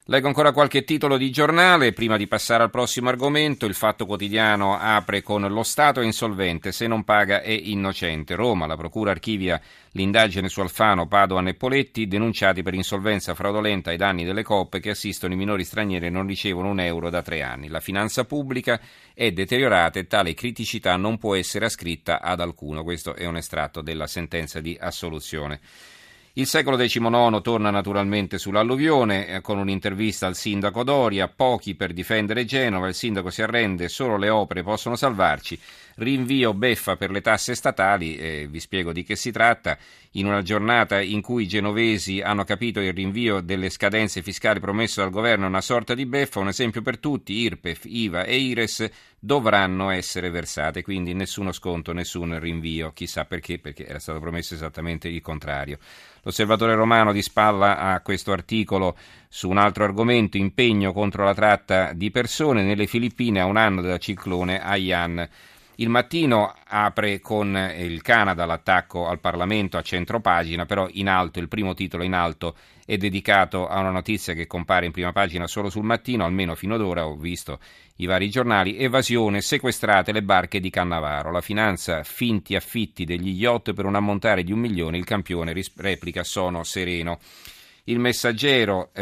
Leggo ancora qualche titolo di giornale prima di passare al prossimo argomento. Il Fatto Quotidiano apre con "Lo Stato è insolvente, se non paga è innocente". Roma, la procura archivia l'indagine su Alfano, Padoan e Poletti, denunciati per insolvenza fraudolenta ai danni delle coppie che assistono i minori stranieri e non ricevono un euro da 3 anni. La finanza pubblica è deteriorata e tale criticità non può essere ascritta ad alcuno. Questo è un estratto della sentenza di assoluzione. Il secolo XIX torna naturalmente sull'alluvione con un'intervista al sindaco Doria, pochi per difendere Genova, il sindaco si arrende, solo le opere possono salvarci, rinvio beffa per le tasse statali, vi spiego di che si tratta, in una giornata in cui i genovesi hanno capito il rinvio delle scadenze fiscali promesso dal governo è una sorta di beffa, un esempio per tutti, IRPEF, IVA e IRES dovranno essere versate, quindi nessuno sconto, nessun rinvio, chissà perché era stato promesso esattamente il contrario. L'Osservatore Romano di spalla a questo articolo su un altro argomento, impegno contro la tratta di persone nelle Filippine a un anno dal ciclone Haiyan. Il Mattino apre con il Canada, l'attacco al Parlamento a centropagina, però in alto, il primo titolo in alto è dedicato a una notizia che compare in prima pagina solo sul Mattino, almeno fino ad ora ho visto i vari giornali. Evasione, sequestrate le barche di Cannavaro, la finanza, finti affitti degli yacht per un ammontare di 1 milione, il campione replica sono sereno. Il Messaggero,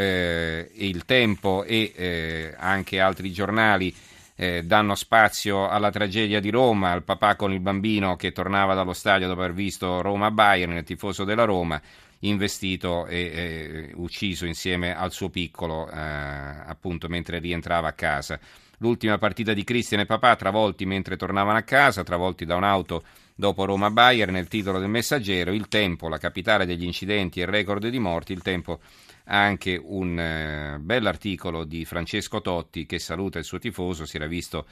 il Tempo e anche altri giornali danno spazio alla tragedia di Roma, al papà con il bambino che tornava dallo stadio dopo aver visto Roma-Bayern, il tifoso della Roma, investito e ucciso insieme al suo piccolo appunto mentre rientrava a casa. L'ultima partita di Christian e papà travolti mentre tornavano a casa, travolti da un'auto dopo Roma-Bayern. Nel titolo del Messaggero, il Tempo, la capitale degli incidenti e il record di morti. Il Tempo ha anche un bell'articolo di Francesco Totti che saluta il suo tifoso, si era visto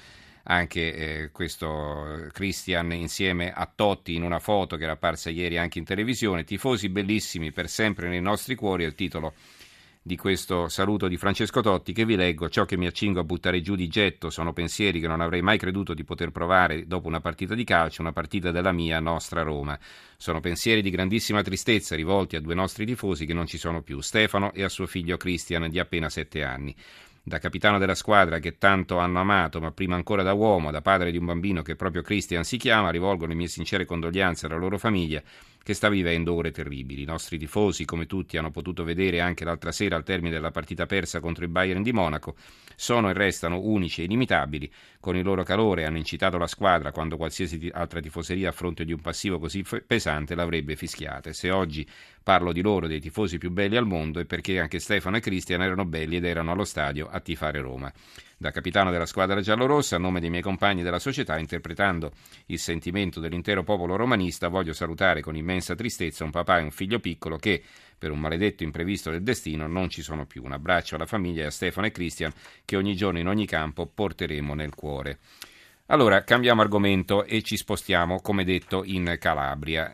anche questo Christian insieme a Totti in una foto che era apparsa ieri anche in televisione. Tifosi bellissimi per sempre nei nostri cuori è il titolo di questo saluto di Francesco Totti che vi leggo. Ciò che mi accingo a buttare giù di getto sono pensieri che non avrei mai creduto di poter provare dopo una partita di calcio, una partita della mia nostra Roma. Sono pensieri di grandissima tristezza rivolti a due nostri tifosi che non ci sono più, Stefano e a suo figlio Christian di appena 7 anni. Da capitano della squadra che tanto hanno amato, ma prima ancora da uomo, da padre di un bambino che proprio Christian si chiama, rivolgo le mie sincere condoglianze alla loro famiglia che sta vivendo ore terribili. I nostri tifosi, come tutti hanno potuto vedere anche l'altra sera al termine della partita persa contro il Bayern di Monaco, sono e restano unici e inimitabili. Con il loro calore hanno incitato la squadra quando qualsiasi altra tifoseria a fronte di un passivo così pesante l'avrebbe fischiata. E se oggi parlo di loro, dei tifosi più belli al mondo, è perché anche Stefano e Christian erano belli ed erano allo stadio a tifare Roma. Da capitano della squadra giallorossa, a nome dei miei compagni della società, interpretando il sentimento dell'intero popolo romanista, voglio salutare con immensa tristezza un papà e un figlio piccolo che, per un maledetto imprevisto del destino, non ci sono più. Un abbraccio alla famiglia e a Stefano e Christian che ogni giorno in ogni campo porteremo nel cuore. Allora, cambiamo argomento e ci spostiamo, come detto, in Calabria.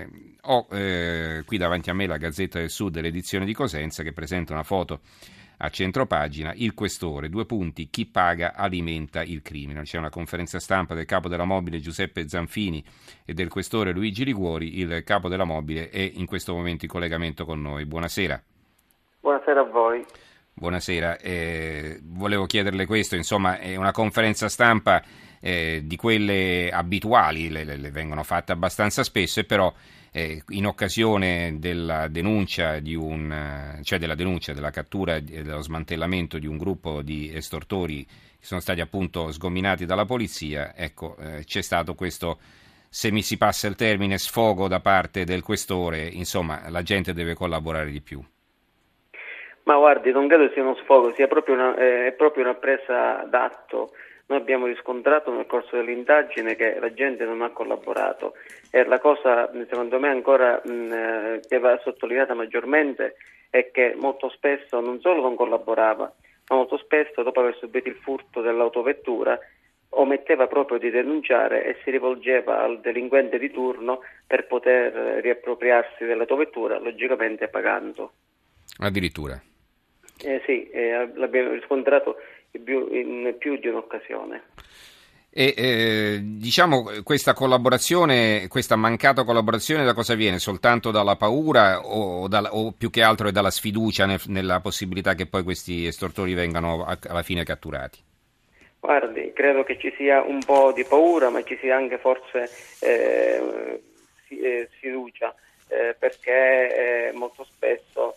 Ho qui davanti a me la Gazzetta del Sud dell'edizione di Cosenza che presenta una foto a centropagina, il questore, 2 punti, chi paga alimenta il crimine. C'è una conferenza stampa del capo della Mobile Giuseppe Zanfini e del questore Luigi Liguori. Il capo della Mobile è in questo momento in collegamento con noi. Buonasera. Buonasera a voi. Buonasera, volevo chiederle questo, insomma è una conferenza stampa di quelle abituali, le vengono fatte abbastanza spesso, e però in occasione della denuncia della cattura e dello smantellamento di un gruppo di estortori che sono stati appunto sgominati dalla polizia, ecco, c'è stato questo, se mi si passa il termine, sfogo da parte del questore, insomma la gente deve collaborare di più. Ma guardi, non credo sia uno sfogo, sia proprio è proprio una presa d'atto. Noi abbiamo riscontrato nel corso dell'indagine che la gente non ha collaborato e la cosa, secondo me, ancora che va sottolineata maggiormente è che molto spesso non solo non collaborava, ma molto spesso, dopo aver subito il furto dell'autovettura, ometteva proprio di denunciare e si rivolgeva al delinquente di turno per poter riappropriarsi dell'autovettura, logicamente pagando. Addirittura? Sì, l'abbiamo riscontrato in più di un'occasione. Diciamo questa collaborazione, questa mancata collaborazione da cosa viene? Soltanto dalla paura o più che altro è dalla sfiducia nella possibilità che poi questi estortori vengano alla fine catturati? Guardi, credo che ci sia un po' di paura, ma ci sia anche forse sfiducia, perché molto spesso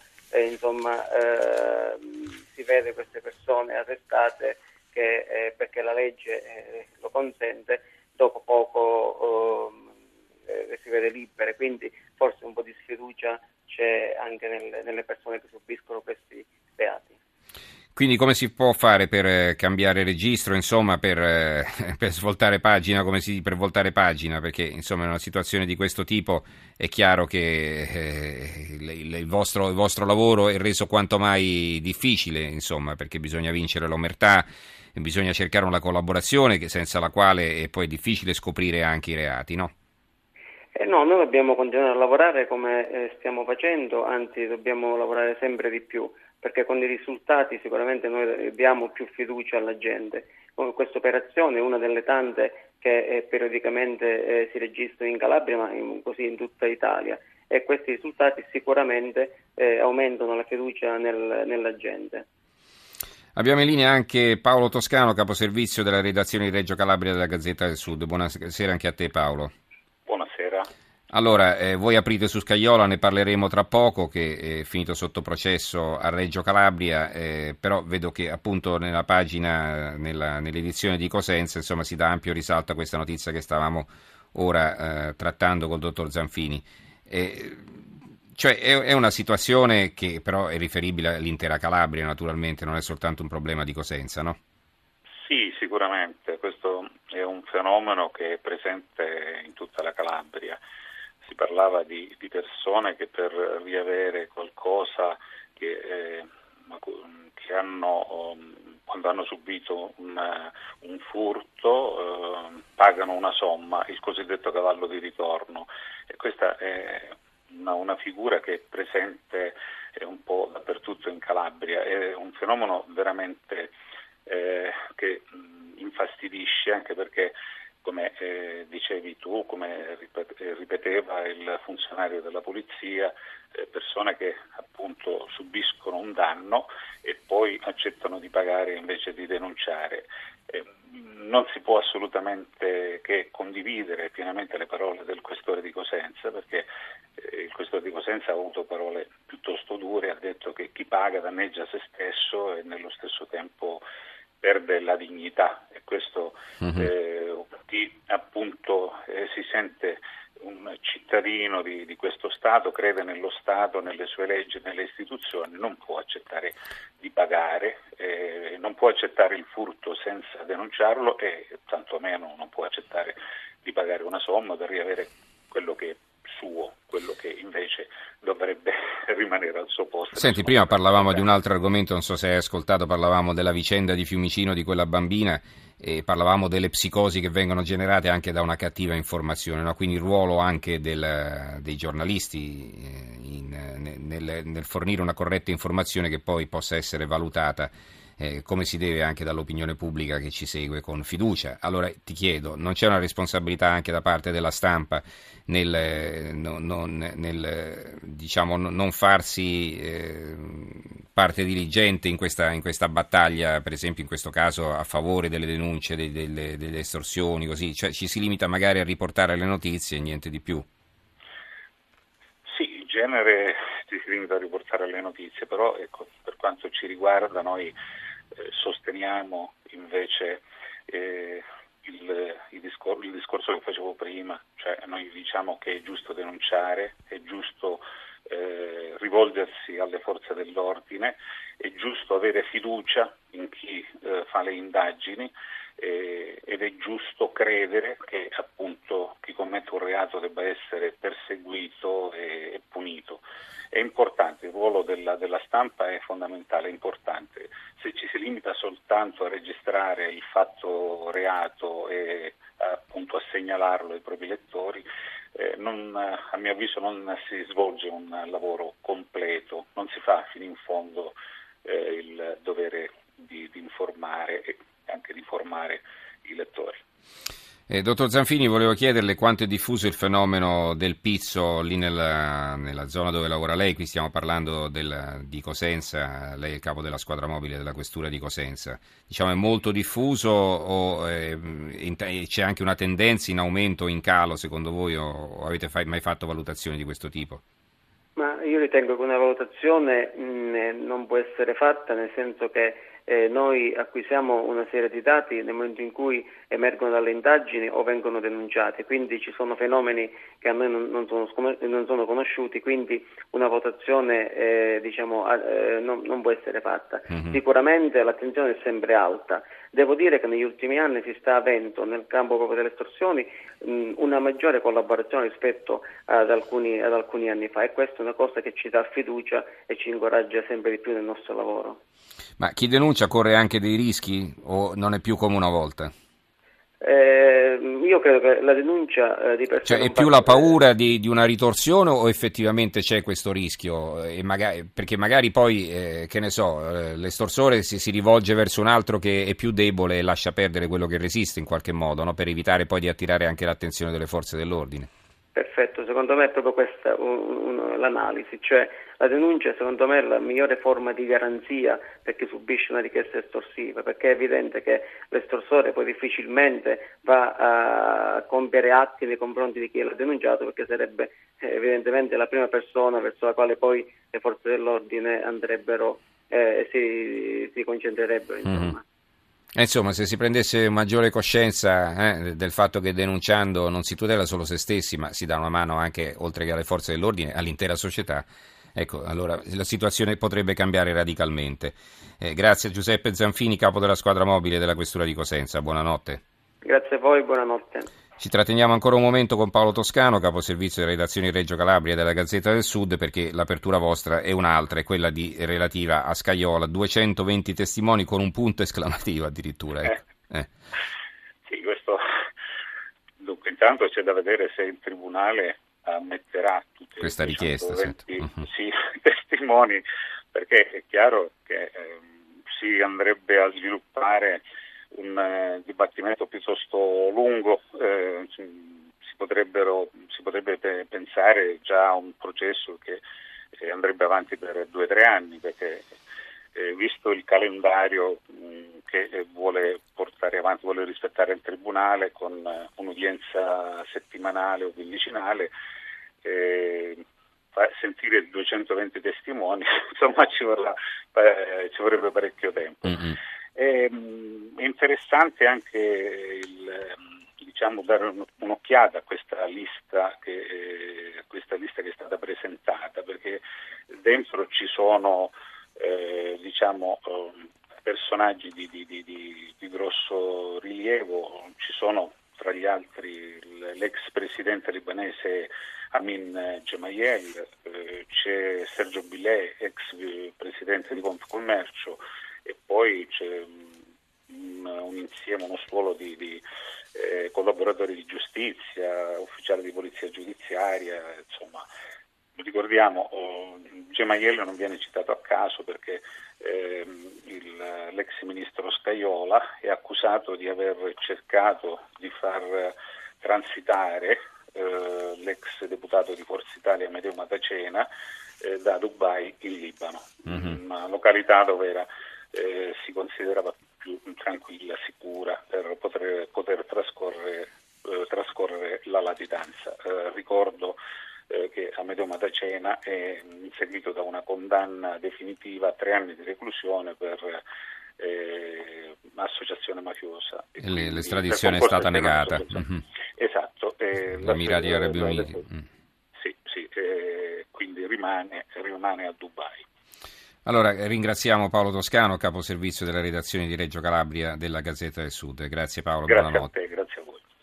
si vede queste persone arrestate perché la legge lo consente, dopo poco le si vede libere, quindi forse un po' di sfiducia c'è anche nelle persone che subiscono questi reati. Quindi come si può fare per cambiare registro, insomma, per svoltare pagina, per voltare pagina? Perché insomma in una situazione di questo tipo è chiaro che il vostro lavoro è reso quanto mai difficile, insomma, perché bisogna vincere l'omertà, e bisogna cercare una collaborazione senza la quale è poi difficile scoprire anche i reati, no? No, noi dobbiamo continuare a lavorare come stiamo facendo, anzi dobbiamo lavorare sempre di più, perché con i risultati sicuramente noi diamo più fiducia alla gente. Questa operazione è una delle tante che periodicamente si registrano in Calabria, ma così in tutta Italia, e questi risultati sicuramente aumentano la fiducia nella gente. Abbiamo in linea anche Paolo Toscano, caposervizio della redazione di Reggio Calabria della Gazzetta del Sud. Buonasera anche a te, Paolo. Buonasera. Allora, voi aprite su Scajola, ne parleremo tra poco, che è finito sotto processo a Reggio Calabria, però vedo che appunto nella pagina, nell'edizione di Cosenza, insomma, si dà ampio risalto a questa notizia che stavamo ora trattando col dottor Zanfini. Cioè è una situazione che però è riferibile all'intera Calabria, naturalmente, non è soltanto un problema di Cosenza, no? Sì, sicuramente, questo è un fenomeno che è presente in tutta la Calabria. Si parlava di persone che per riavere qualcosa che hanno, quando hanno subito un furto, pagano una somma, il cosiddetto cavallo di ritorno. E questa è una figura che è presente un po' dappertutto in Calabria. È un fenomeno veramente che infastidisce, anche perché, come dicevi tu, come ripeteva il funzionario della polizia, persone che appunto subiscono un danno e poi accettano di pagare invece di denunciare. Non si può assolutamente che condividere pienamente le parole del questore di Cosenza, perché il questore di Cosenza ha avuto parole piuttosto dure, ha detto che chi paga danneggia se stesso e nello stesso tempo perde la dignità, e questo chi appunto si sente un cittadino di questo Stato, crede nello Stato, nelle sue leggi, nelle istituzioni, non può accettare di pagare, non può accettare il furto senza denunciarlo e tantomeno non può accettare di pagare una somma per riavere quello che è suo, quello che invece dovrebbe rimanere al suo posto. Senti, prima parlavamo di un altro argomento, non so se hai ascoltato, parlavamo della vicenda di Fiumicino di quella bambina e parlavamo delle psicosi che vengono generate anche da una cattiva informazione, no? Quindi il ruolo anche dei giornalisti nel fornire una corretta informazione che poi possa essere valutata come si deve anche dall'opinione pubblica che ci segue con fiducia. Allora ti chiedo, non c'è una responsabilità anche da parte della stampa diciamo, non farsi parte diligente in questa battaglia, per esempio in questo caso a favore delle denunce, delle estorsioni, così? Cioè ci si limita magari a riportare le notizie e niente di più? Sì, in genere ci si limita a riportare le notizie, però ecco, per quanto ci riguarda noi sosteniamo invece il discorso che facevo prima, cioè noi diciamo che è giusto denunciare, è giusto rivolgersi alle forze dell'ordine, è giusto avere fiducia in chi fa le indagini ed è giusto credere che appunto chi commette un reato debba essere perseguito e punito. È importante, il ruolo della stampa è fondamentale, è importante. Se ci si limita soltanto a registrare il fatto reato e appunto a segnalarlo ai propri lettori, a mio avviso non si svolge un lavoro completo, non si fa fino in fondo il dovere di informare e anche di formare i lettori. Dottor Zanfini, volevo chiederle quanto è diffuso il fenomeno del pizzo lì nella zona dove lavora lei. Qui stiamo parlando di Cosenza, lei è il capo della squadra mobile della questura di Cosenza. Diciamo, è molto diffuso o c'è anche una tendenza in aumento o in calo secondo voi, o avete mai fatto valutazioni di questo tipo? Ma io ritengo che una valutazione non può essere fatta, nel senso che noi acquisiamo una serie di dati nel momento in cui emergono dalle indagini o vengono denunciati, quindi ci sono fenomeni che a noi non sono conosciuti, quindi una votazione non può essere fatta. Mm-hmm. Sicuramente l'attenzione è sempre alta. Devo dire che negli ultimi anni si sta avendo nel campo proprio delle estorsioni una maggiore collaborazione rispetto ad alcuni anni fa, e questa è una cosa che ci dà fiducia e ci incoraggia sempre di più nel nostro lavoro. Ma chi denuncia corre anche dei rischi o non è più come una volta? Io credo che la denuncia di per sé... Cioè è più la paura di una ritorsione o effettivamente c'è questo rischio? Perché magari poi, che ne so, l'estorsore si rivolge verso un altro che è più debole e lascia perdere quello che resiste in qualche modo, no? Per evitare poi di attirare anche l'attenzione delle forze dell'ordine. Perfetto, secondo me è proprio questa l'analisi, cioè la denuncia secondo me è la migliore forma di garanzia per chi subisce una richiesta estorsiva, perché è evidente che l'estorsore poi difficilmente va a compiere atti nei confronti di chi l'ha denunciato, perché sarebbe evidentemente la prima persona verso la quale poi le forze dell'ordine andrebbero e si concentrerebbero, insomma. Mm-hmm. Insomma, se si prendesse maggiore coscienza del fatto che denunciando non si tutela solo se stessi, ma si dà una mano anche, oltre che alle forze dell'ordine, all'intera società, ecco, allora la situazione potrebbe cambiare radicalmente. Grazie a Giuseppe Zanfini, capo della squadra mobile della questura di Cosenza. Buonanotte. Grazie a voi, buonanotte. Ci tratteniamo ancora un momento con Paolo Toscano, capo servizio delle redazioni Reggio Calabria della Gazzetta del Sud, perché l'apertura vostra è un'altra, è quella relativa a Scajola, 220 testimoni con un punto esclamativo addirittura. Ecco. Sì, questo dunque intanto c'è da vedere se il Tribunale ammetterà tutte questa richiesta, 220 testimoni, perché è chiaro che si andrebbe a sviluppare un dibattimento piuttosto lungo, si potrebbe pensare già a un processo che andrebbe avanti per 2 o 3 anni, perché visto il calendario che vuole portare avanti, vuole rispettare il Tribunale con un'udienza settimanale o quindicinale, sentire 220 testimoni, insomma ci vorrebbe parecchio tempo. Mm-hmm. È interessante anche dare un'occhiata a questa lista che è stata presentata, perché dentro ci sono personaggi di grosso rilievo. Ci sono tra gli altri l'ex presidente libanese Amin Gemayel, c'è Sergio Bilè, ex presidente di Confcommercio, e poi c'è uno stuolo di collaboratori di giustizia, ufficiali di polizia giudiziaria, insomma. Ricordiamo, Gemayel non viene citato a caso perché l'ex ministro Scajola è accusato di aver cercato di far transitare l'ex deputato di Forza Italia Amedeo Matacena da Dubai in Libano, una località dove si considerava più tranquilla, sicura per poter trascorrere la latitanza. Ricordo che Amedeo Matacena è seguito da una condanna definitiva a 3 anni di reclusione per associazione mafiosa. L'estradizione è stata negata. Mm-hmm. Esatto. Da Emirati Arabi Uniti. Sì, quindi rimane a Dubai. Allora, ringraziamo Paolo Toscano, capo servizio della redazione di Reggio Calabria della Gazzetta del Sud. Grazie Paolo, Grazie buonanotte. A te.